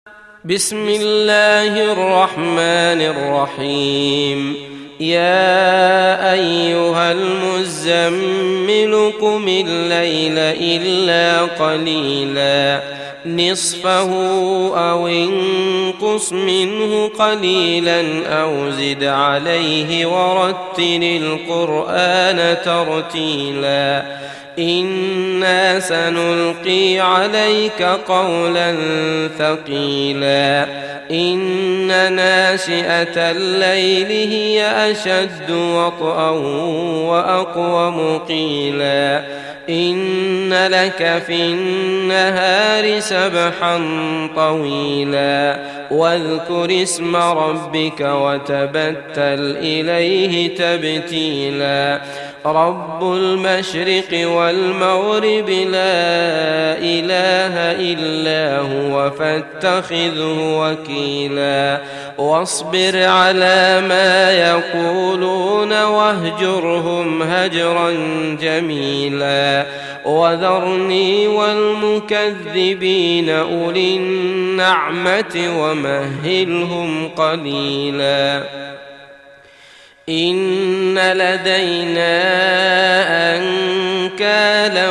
بسم الله الرحمن الرحيم. يا أيها المزمل قم الليل إلا قليلا نصفه أو انقص منه قليلا أو زد عليه ورتل القرآن ترتيلا إنا سنلقي عليك قولا ثقيلا إن ناشئة الليل هي أشد وطئا وأقوم قيلا إن لك في النهار سبحا طويلا واذكر اسم ربك وتبتل إليه تبتيلا رب المشرق والمغرب لا إله إلا هو فاتخذه وكيلا واصبر على ما يقولون واهجرهم هجرا جميلا وذرني والمكذبين أولي النعمة ومهلهم قليلا إن لدينا أنكالا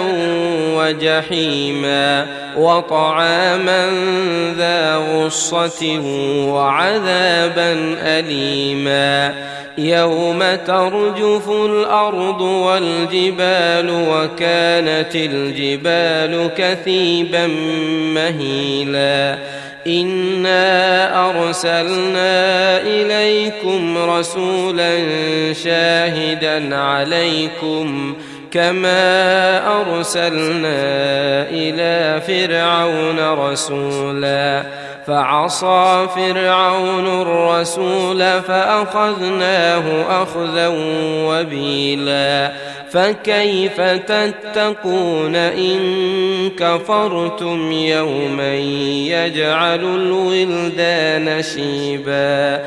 وجحيما وطعاما ذا غصة وعذابا أليما يوم ترجف الأرض والجبال وكانت الجبال كثيبا مهيلا إنا أرسلنا إليكم رسولا شاهدا عليكم كما أرسلنا إلى فرعون رسولا فعصى فرعون الرسول فأخذناه أخذا وبيلا فكيف تتقون إن كفرتم يوما يجعل الولدان شيبا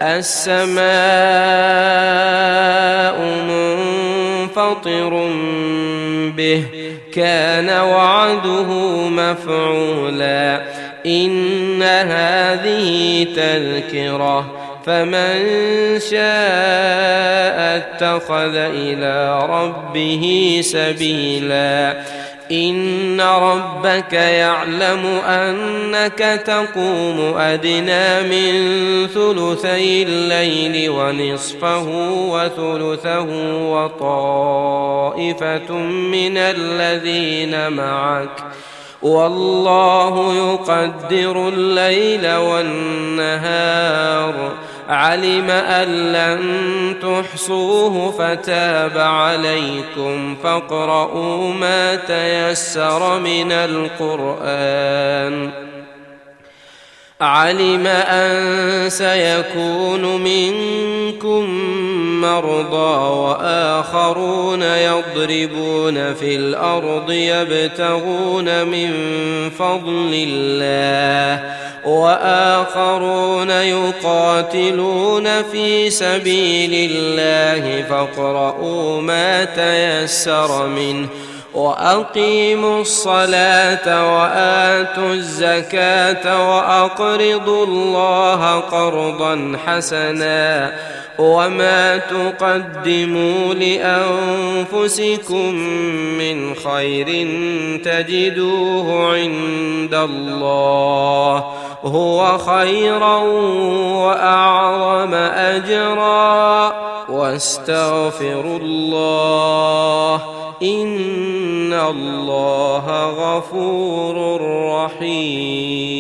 السماء منفطر به كان وعده مفعولا إن هذه تذكرة فمن شاء اتخذ إلى ربه سبيلا إن ربك يعلم أنك تقوم أدنى من ثلثي الليل ونصفه وثلثه وطائفة من الذين معك والله يقدر الليل والنهار علم أن لن تحصوه فتاب عليكم فاقرؤوا ما تيسر من القرآن علم أن سيكون منكم مرضى وآخرون يضربون في الأرض يبتغون من فضل الله وآخرون يقاتلون في سبيل الله فاقرؤوا ما تيسر منه وأقيموا الصلاة وآتوا الزكاة وأقرضوا الله قرضا حسنا وما تقدموا لأنفسكم من خير تجدوه عند الله هو خيرا وأعظم أجرا واستغفروا الله إن الله غفور رحيم.